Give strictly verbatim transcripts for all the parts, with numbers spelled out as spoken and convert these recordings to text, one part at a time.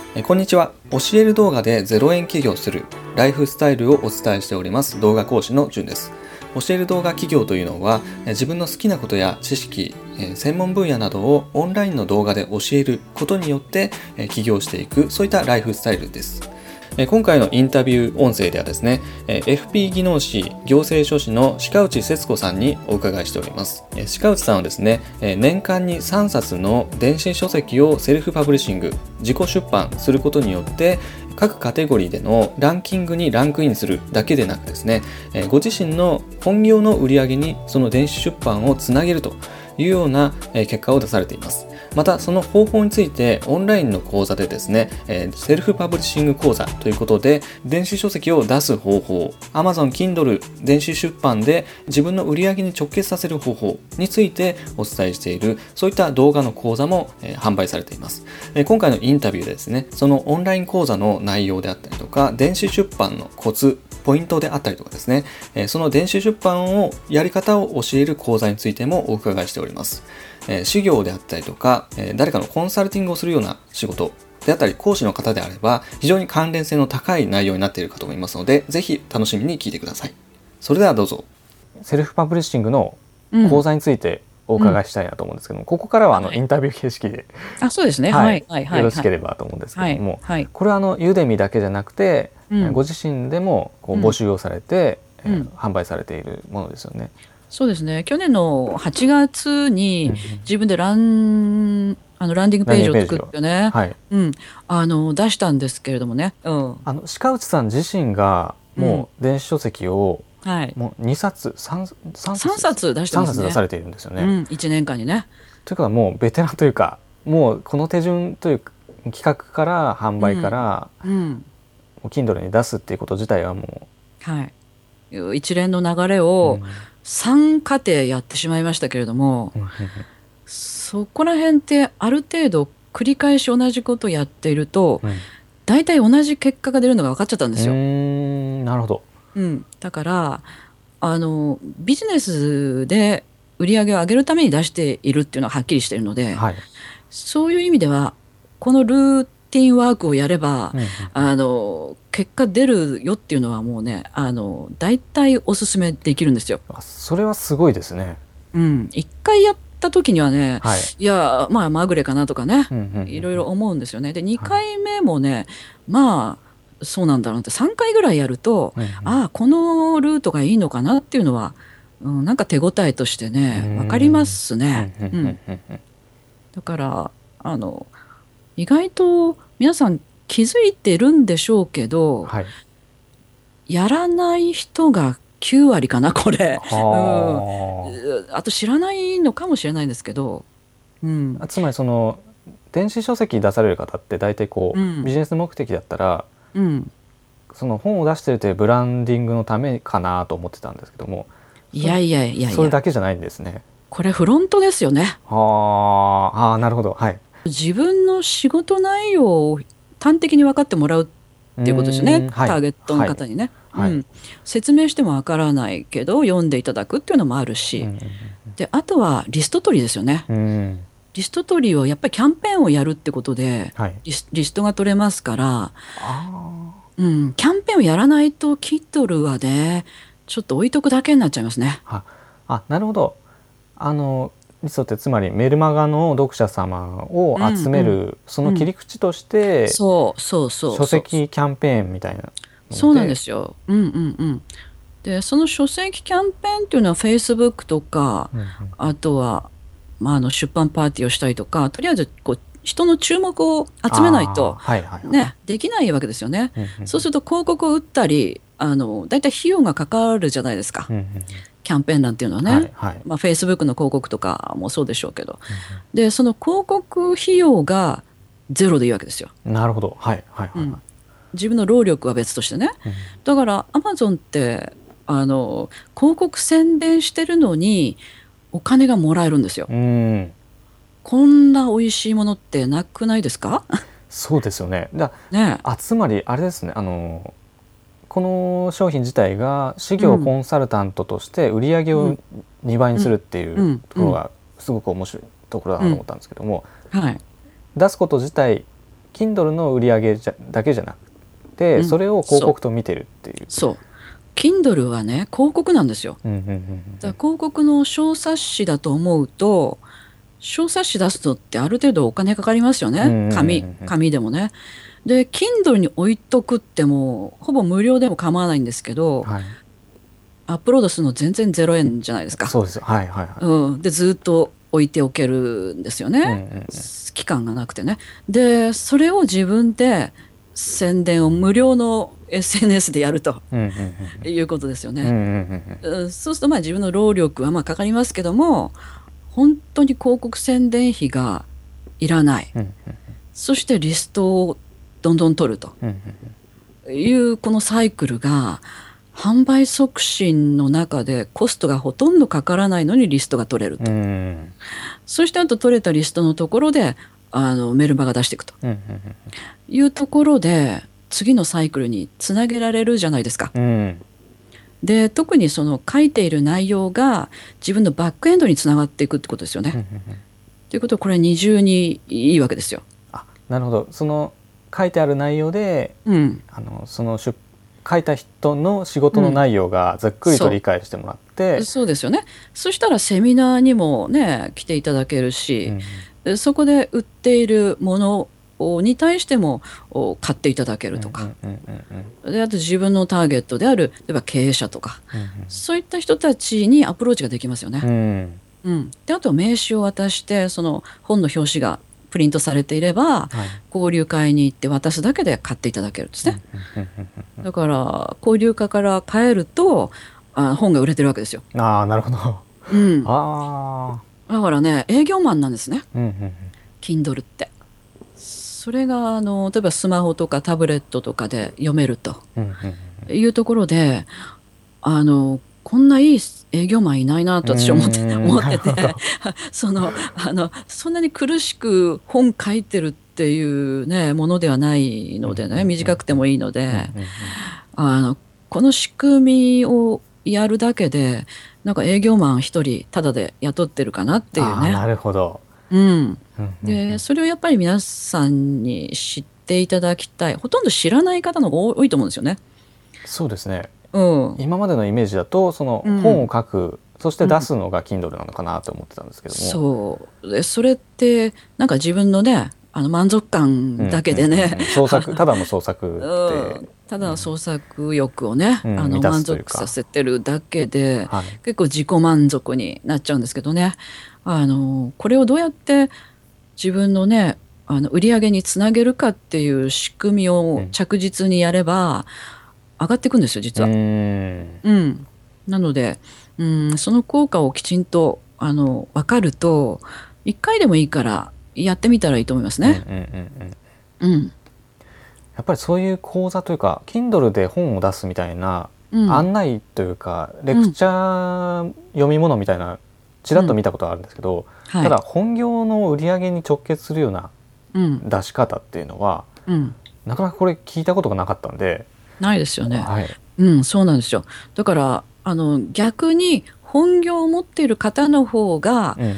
えこんにちは。教える動画でゼロえん起業するライフスタイルをお伝えしております動画講師のじゅんです。教える動画起業というのは、自分の好きなことや知識、専門分野などをオンラインの動画で教えることによって起業していく、そういったライフスタイルです。今回のインタビュー音声ではですね、エフピー 技能士行政書士の鹿内節子さんにお伺いしております。鹿内さんはですね、年間にさんさつの電子書籍をセルフパブリッシング、自己出版することによって各カテゴリーでのランキングにランクインするだけでなくですね、ご自身の本業の売り上げにその電子出版をつなげるというような結果を出されています。またその方法についてオンラインの講座でですね、セルフパブリッシング講座ということで電子書籍を出す方法、 Amazon Kindle 電子出版で自分の売り上げに直結させる方法についてお伝えしている、そういった動画の講座も販売されています。今回のインタビューでですね、そのオンライン講座の内容であったりとか電子出版のコツ、ポイントであったりとかですね、その電子出版をやり方を教える講座についてもお伺いしております。事業であったりとか誰かのコンサルティングをするような仕事であったり講師の方であれば非常に関連性の高い内容になっているかと思いますので、ぜひ楽しみに聞いてください。それではどうぞ。セルフパブリッシングの講座についてお伺いしたいなと思うんですけども、うん、ここからはあのインタビュー形式で、 あ、そうですね、 はいはいはいはい、 よろしければと思うんですけども、 はいはい、 これはあのユーデミだけじゃなくて、うん、ご自身でもこう募集をされて、うんえー、販売されているものですよね。 そうですね、去年のはちがつに自分でランあのランディングページを作ってね、はいうん、あの出したんですけれどもね、うん、 あの鹿内さん自身がもう電子書籍を、うんはい、もうにさつ 3, 3, さんさつ出してますね。 さんさつ出されているんですよね、 うん、いちねんかんにね。 というかもうベテランというか、もうこの手順という企画から販売から、うんうん、もう Kindle に出すっていうこと自体はもう、はい、一連の流れをさんかてんやってしまいましたけれども、うん、そこら辺ってある程度繰り返し同じことをやっていると、うん、大体同じ結果が出るのが分かっちゃったんですよ。 うーん、なるほど、 うん、だからあのビジネスで売り上げを上げるために出しているっていうのははっきりしているので、はい、そういう意味ではこのルーティンワークをやれば、うんうん、あの結果出るよっていうのはもうね、あの大体おすすめできるんですよ。 それはすごいですね。 うん、いっかいやった時にはね、はい、いやまあまぐれかなとかね、うんうんうん、いろいろ思うんですよね。でにかいめもね、はい、まあそうなんだろうってさんかいぐらいやると、うんうん、ああこのルートがいいのかなっていうのは、うん、なんか手応えとしてね分かりますね。だからあの意外と皆さん気づいてるんでしょうけど、はい、やらない人がきゅうわりかなこれ、うん、あと知らないのかもしれないんですけど、 うん、つまりその電子書籍出される方って大体こう、うん、ビジネス目的だったら、うん、その本を出してるというブランディングのためかなと思ってたんですけども、 いやいやいやいや、 それだけじゃないんですね。 これフロントですよね。 はあ、あ、なるほど、はい、 自分の仕事内容を端的に分かってもらうっていうことですよね、はい、ターゲットの方にね、はいうん、説明しても分からないけど読んでいただくっていうのもあるし、うん、であとはリスト取りですよね、うん、リスト取りをやっぱりキャンペーンをやるってことで、はい、リ, スリストが取れますから、あ、うん、キャンペーンをやらないとKindleはねちょっと置いとくだけになっちゃいますね。 ああ、なるほど。あのリストってつまりメルマガの読者様を集める、うんうん、その切り口として、うん、 そうそうそう書籍キャンペーンみたいなので、 そうなんですよ。うんうんうん。でその書籍キャンペーンっていうのは Facebook とか、うんうん、あとは、まあ、あの出版パーティーをしたりとか、とりあえずこう人の注目を集めないと、はいはいはいね、できないわけですよね、うんうん、そうすると広告を打ったりあのだいたい費用がかかるじゃないですか、うんうん、キャンペーンなんていうのはね、はいはいまあ、Facebook の広告とかもそうでしょうけど、うんうん、でその広告費用がゼロでいいわけですよ。 なるほど、はいはいはい、うん自分の労力は別としてね、うん、だからアマゾンってあの広告宣伝してるのにお金がもらえるんですよ、うん、こんな美味しいものってなくないですか？ そうですよね。だ、ね、あつまりあれですね、あのこの商品自体が事業コンサルタントとして売り上げをにばいにするっていうところがすごく面白いところだなと思ったんですけども、うんうんはい、出すこと自体 Kindle の売り上げじゃだけじゃなくて、うん、それを広告と見てるっていう。 そう。Kindle はね広告なんですよ。だから広告の小冊子だと思うと、小冊子出すのってある程度お金かかりますよね。紙紙でもね。で Kindle に置いとくってもほぼ無料でも構わないんですけど、はい、アップロードするの全然ゼロえんじゃないですか。 そうですよ。はいはいはい。 うん、でずっと置いておけるんですよね、うんうんうん、期間がなくてね。でそれを自分で宣伝を無料の エスエヌエス でやると、うんうんうん、いうことですよね、うんうんうん、そうするとまあ自分の労力はまあかかりますけども、本当に広告宣伝費がいらない、うんうんうん、そしてリストをどんどん取るというこのサイクルが販売促進の中でコストがほとんどかからないのにリストが取れると、うん、そしてあと取れたリストのところであのメルマガ出していくというところで次のサイクルにつなげられるじゃないですか、うん、で特にその書いている内容が自分のバックエンドにつながっていくってことですよね、うんうんうん、ということはこれ二重にいいわけですよ。 あ、なるほど。その書いてある内容で、うん、あのその出書いた人の仕事の内容がざっくりと理解してもらって、 うん、そう、そうですよね。そしたらセミナーにもね来ていただけるし、うん、そこで売っているものに対しても買っていただけるとか、であと自分のターゲットである例えば経営者とか、うんうん、そういった人たちにアプローチができますよね、うんうん、であと名刺を渡してその本の表紙がプリントされていれば、はい、交流会に行って渡すだけで買っていただけるんですね。だから交流会から帰るとあ本が売れてるわけですよ。 ああ、なるほど、うん、あだからね営業マンなんですね、うんうんうん、Kindle って。それがあの例えばスマホとかタブレットとかで読めるというところで、あのこんないい営業マンいないなと私は思って思っててそのあのそんなに苦しく本書いてるっていうねものではないのでね、短くてもいいので、あのこの仕組みをやるだけでなんか営業マン一人タダで雇ってるかなっていうね。 あ、なるほど、 うん、でそれをやっぱり皆さんに知っていただきたい。ほとんど知らない方の方が多いと思うんですよね。 そうですね、うん、今までのイメージだとその本を書く、うん、そして出すのが Kindle なのかなと思ってたんですけども、うん、 そうでそれってなんか自分のねあの満足感だけでね、うんうんうん、 創作ただの創作って、 うん、ただの創作欲をね、うん、あの満足させてるだけで、はい、結構自己満足になっちゃうんですけどね。あのこれをどうやって自分のねあの売り上げにつなげるかっていう仕組みを着実にやれば上がっていくんですよ実は。うん、うん、なので、うん、その効果をきちんとあの分かるといっかいでもいいからやってみたらいいと思いますね。 うんうんうんうん、やっぱりそういう講座というか Kindle で本を出すみたいな案内というか、うん、レクチャー読み物みたいなちらっと見たことがあるんですけど、うんはい、ただ本業の売り上げに直結するような出し方っていうのは、うん、なかなかこれ聞いたことがなかったんで。 ないですよね、はい、うん、そうなんですよ。だからあの逆に本業を持っている方の方が、うんうん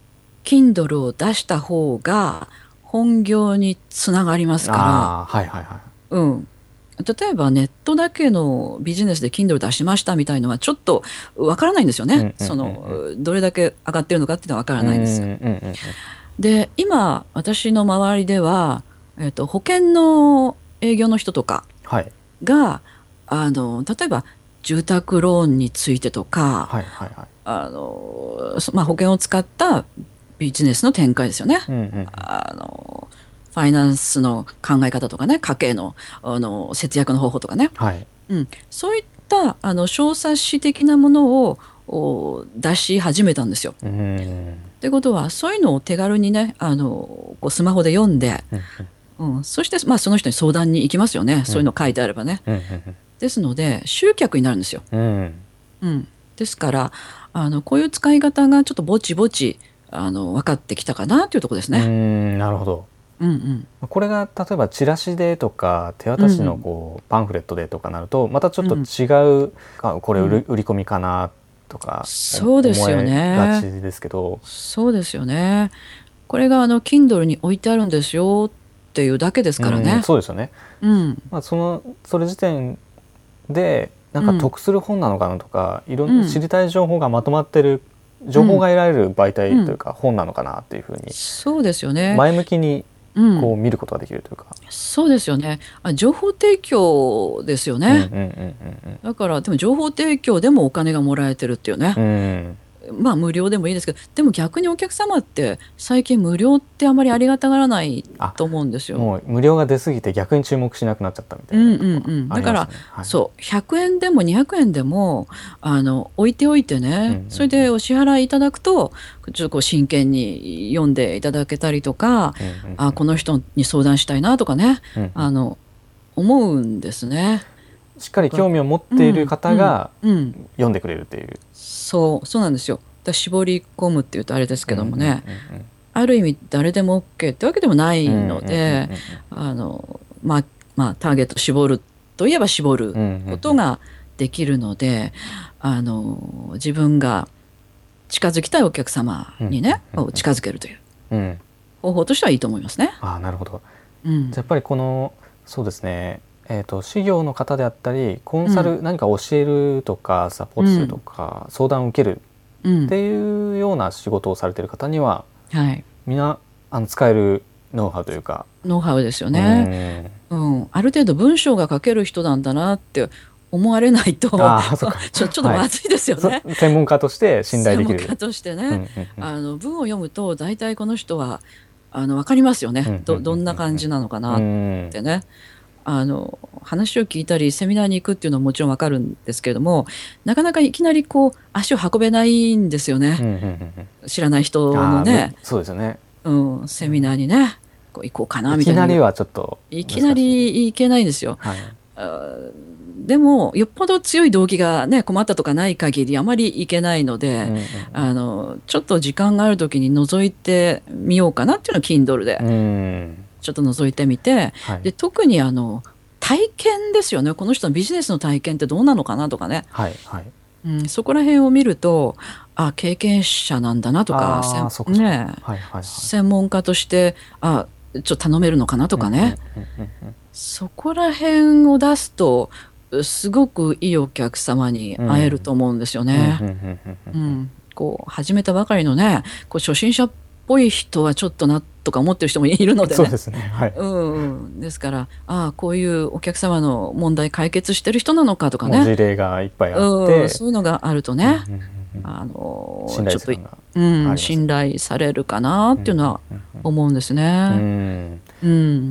、Kindle を出した方が本業につながりますから、あ、はいはいはい、うん、例えばネットだけのビジネスで Kindle 出しましたみたいのはちょっとわからないんですよね、うんうんうんうん、そのどれだけ上がってるのかっていうのはわからないんですよ、うんうんうんうん、で今私の周りでは、えーと、保険の営業の人とかが、はい、あの例えば住宅ローンについてとか、はいはいはい、あのまあ、保険を使ったビジネスの展開ですよね、うんうん、あのファイナンスの考え方とかね、家計 の, あの節約の方法とかね、はいうん、そういったあの小冊子的なものを出し始めたんですよ。うんってことはそういうのを手軽にねあのこうスマホで読んで、うんうん、そして、まあ、その人に相談に行きますよね、うん、そういうの書いてあればね、うん、ですので集客になるんですよ、うんうん、ですからあのこういう使い方がちょっとぼちぼちあの分かってきたかなというところですね。 うん、なるほど、うんうん、これが例えばチラシでとか手渡しのこう、うん、パンフレットでとかなるとまたちょっと違う、うん、これ売り、売り込みかなとかそうですよね、 思いがちですけど、 そうですよね。これがあの Kindle に置いてあるんですよっっていうだけですからね。 うん、そうですよね、うんまあ、そのそれ時点でなんか得する本なのかなとか、うん、いろんな知りたい情報がまとまってる、情報が得られる媒体というか、本なのかなっていうふうに、うん、 そうですよね、 前向きにこう見ることができるというか、 うん、そうですよね。あ、情報提供ですよね。だからでも情報提供でもお金がもらえてるっていうね、うんまあ無料でもいいですけど、でも逆にお客様って最近無料ってあまりありがたがらないと思うんですよ。 もう無料が出過ぎて逆に注目しなくなっちゃったみたいな、うんうんうん、 だから、はい、そうひゃくえんでもにひゃくえんでもあの置いておいてね、うんうん、それでお支払いいただくとちょっとこう真剣に読んでいただけたりとか、うんうんうん、あこの人に相談したいなとかね、うんうん、あの思うんですね。 しっかり興味を持っている方が読んでくれるっていう、うんうんうん、 そうそうなんですよ。だ絞り込むっていうとあれですけどもね、うんうんうんうん、ある意味誰でも OK ってわけでもないので、あのまあまあターゲット絞るといえば絞ることができるので、うんうんうん、あの自分が近づきたいお客様にね、うんうんうん、近づけるという、うん、方法としてはいいと思いますね。 あ、なるほど、うん、じゃやっぱりこのそうですね、えーと、事業の方であったりコンサル、うん、何か教えるとかサポートするとか、うん、相談を受けるっていうような仕事をされている方には、はい、みんなあの使えるノウハウというかノウハウですよね、うんうん、ある程度文章が書ける人なんだなって思われないとあそうかちょ、ちょっとまずいですよね、 はい、専門家として信頼できる専門家としてね、うんうんうん、あの文を読むと大体この人はあの分かりますよね、うんうんうんうん、ど, どんな感じなのかなってね、あの話を聞いたりセミナーに行くっていうのはもちろんわかるんですけれども、なかなかいきなりこう足を運べないんですよね、うんうんうんうん、知らない人のね、 そうですよね、 うん、セミナーにねこう行こうかなみたいな、 いきなりはちょっといきなり行けないんですよ、はい、あでもよっぽど強い動機がね困ったとかない限りあまり行けないので、うんうんうん、あのちょっと時間がある時に覗いてみようかなっていうのを Kindle で、うんちょっと覗いてみて、はい、で特にあの体験ですよね、この人のビジネスの体験ってどうなのかなとかね、はいはいうん、そこら辺を見るとあ経験者なんだなとかせん、ねはいはいはい、専門家としてあちょっと頼めるのかなとかね、うんうんうんうん、そこら辺を出すとすごくいいお客様に会えると思うんですよね、うんうん、こう始めたばかりのねこう初心者っぽい人はちょっとなとか思ってる人もいるのでね、 そうですね、はいうんうん、ですからああこういうお客様の問題解決してる人なのかとかね、 事例がいっぱいあって、 うん、そういうのがあるとね、うんうんうん、あの信頼ちょっと、うん、信頼されるかなっていうのは思うんですね、うんうん、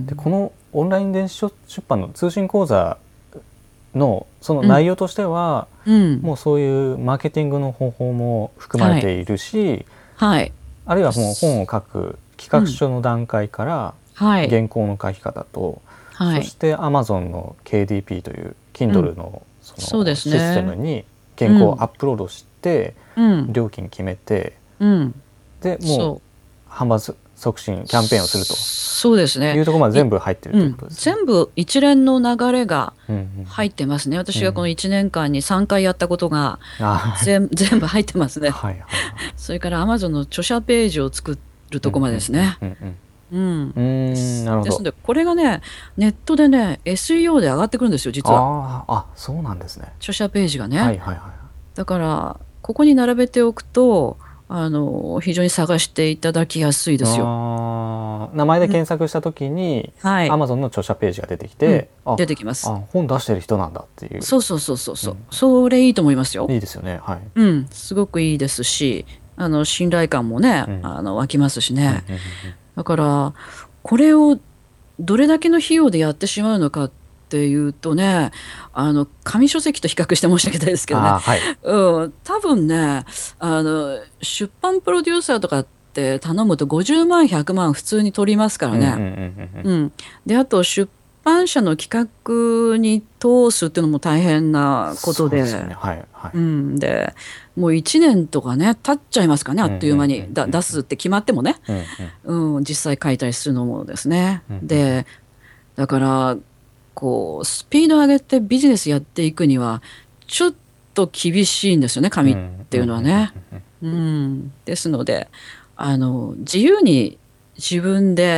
でこのオンライン電子出版の通信講座のその内容としては、うん、もうそういうマーケティングの方法も含まれているし、はいはい、あるいはもう本を書く企画書の段階から原稿の書き方と、はい、そして Amazon の ケーディーピー という Kindle のそのシステムに原稿をアップロードして料金決めて、うん、でもう販売促進キャンペーンをするとそうですねいうところまで全部入ってるということですね、 うん、全部一連の流れが入ってますね、うんうん、私がこのいちねんかんにさんかいやったことが全、うん、全部入ってますね、はいはいはい、それから Amazon の著者ページを作るとこまでですね、うんうんうんうん、うんなるほど。ですのでこれがねネットでね エスイーオー で上がってくるんですよ実は。 ああそうなんですね。 著者ページがね、 はいはいはい、 だからここに並べておくとあの非常に探していただきやすいですよ。 あ名前で検索した時に、うんはい、Amazon の著者ページが出てきて、 うん、出てきます。 あ本出してる人なんだっていう。 そうそうそうそうそう、うん、それいいと思いますよ。 いいですよね。はい。 うん、すごくいいですしあの信頼感もね、うん、あの湧きますしね、うんうんうん、だからこれをどれだけの費用でやってしまうのかっていうとねあの紙書籍と比較して申し訳ないですけどね、はいうん、多分ねあの出版プロデューサーとかって頼むとごじゅうまんひゃくまん普通に取りますからね、うんうんうんうん、であと出版社の企画に通すっていうのも大変なこと で, で、ねはいはいうん、でもういちねんとかね経っちゃいますかねあっという間に、うんうんうんうん、だ出すって決まってもね、うんうんうん、実際書いたりするのもですね、うんうん、でだからこうスピード上げてビジネスやっていくにはちょっと厳しいんですよね紙っていうのはね、うんうん、ですのであの自由に自分で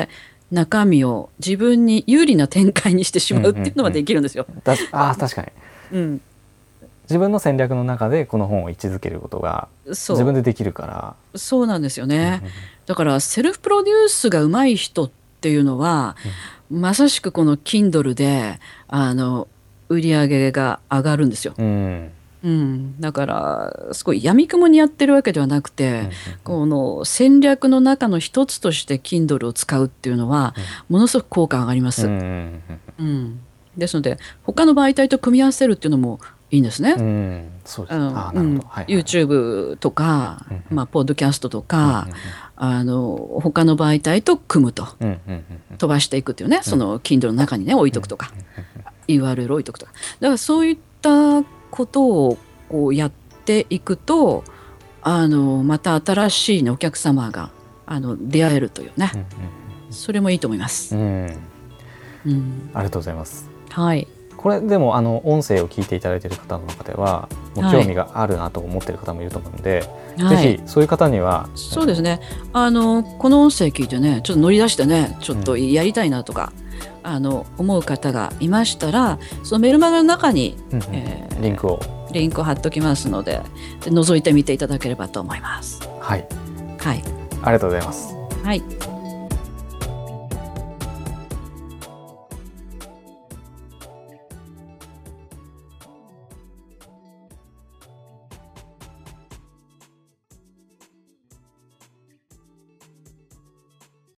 中身を自分に有利な展開にしてしまうっていうのはできるんですよ。 うんうんうん、あ確かに、 うん、 自分の戦略の中でこの本を位置づけることが自分でできるから。 そうなんですよね。だからセルフプロデュースが上手い人っていうのは、うん、まさしくこの Kindle であの売り上げが上がるんですよ。うんうん、だからすごいやみくもにやってるわけではなくて、うんうんうん、この戦略の中の一つとして Kindle を使うっていうのは、うん、ものすごく効果が上がります、うんうんうんうん、ですので他の媒体と組み合わせるっていうのもいいんですね。うん、そうです。あ、なるほど。はいはい、YouTube とか、うんうん、まあ、ポッドキャストとか、うんうんうん、あの他の媒体と組むと、うんうんうんうん、飛ばしていくっていうね、その Kindle の中にね置いとくとか、うんうんうん、ユーアールエル 置いとくとか、だからそういったことをこうやっていくと、あのまた新しい、ね、お客様があの出会えるというね、うんうんうん、それもいいと思います、うんうん、ありがとうございます。 はい、 これでもあの音声を聞いていただいている方の中ではもう興味があるなと思っている方もいると思うので、はい、ぜひそういう方には、 そうですね、あのこの音声聞いてねちょっと乗り出してねちょっとやりたいなとか、うん、あの思う方がいましたらそのメルマガの中に、うんうんえー、 リンクをリンクを貼っときますので、で覗いてみていただければと思います。 はい、 はい、 ありがとうございます。 はい。